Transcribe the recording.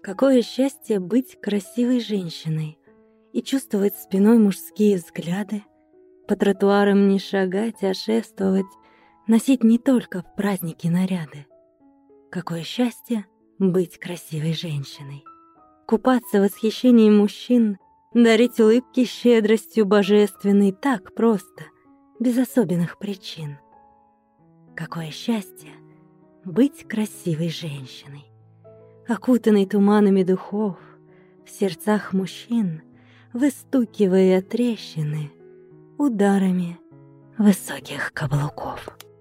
Какое счастье быть красивой женщиной и чувствовать спиной мужские взгляды, по тротуарам не шагать, а шествовать, носить не только в праздники наряды. Какое счастье быть красивой женщиной, купаться в восхищении мужчин, дарить улыбки щедростью божественной так просто, без особенных причин. Какое счастье быть красивой женщиной, окутанной туманами духов, в сердцах мужчин, выстукивая трещины ударами высоких каблуков.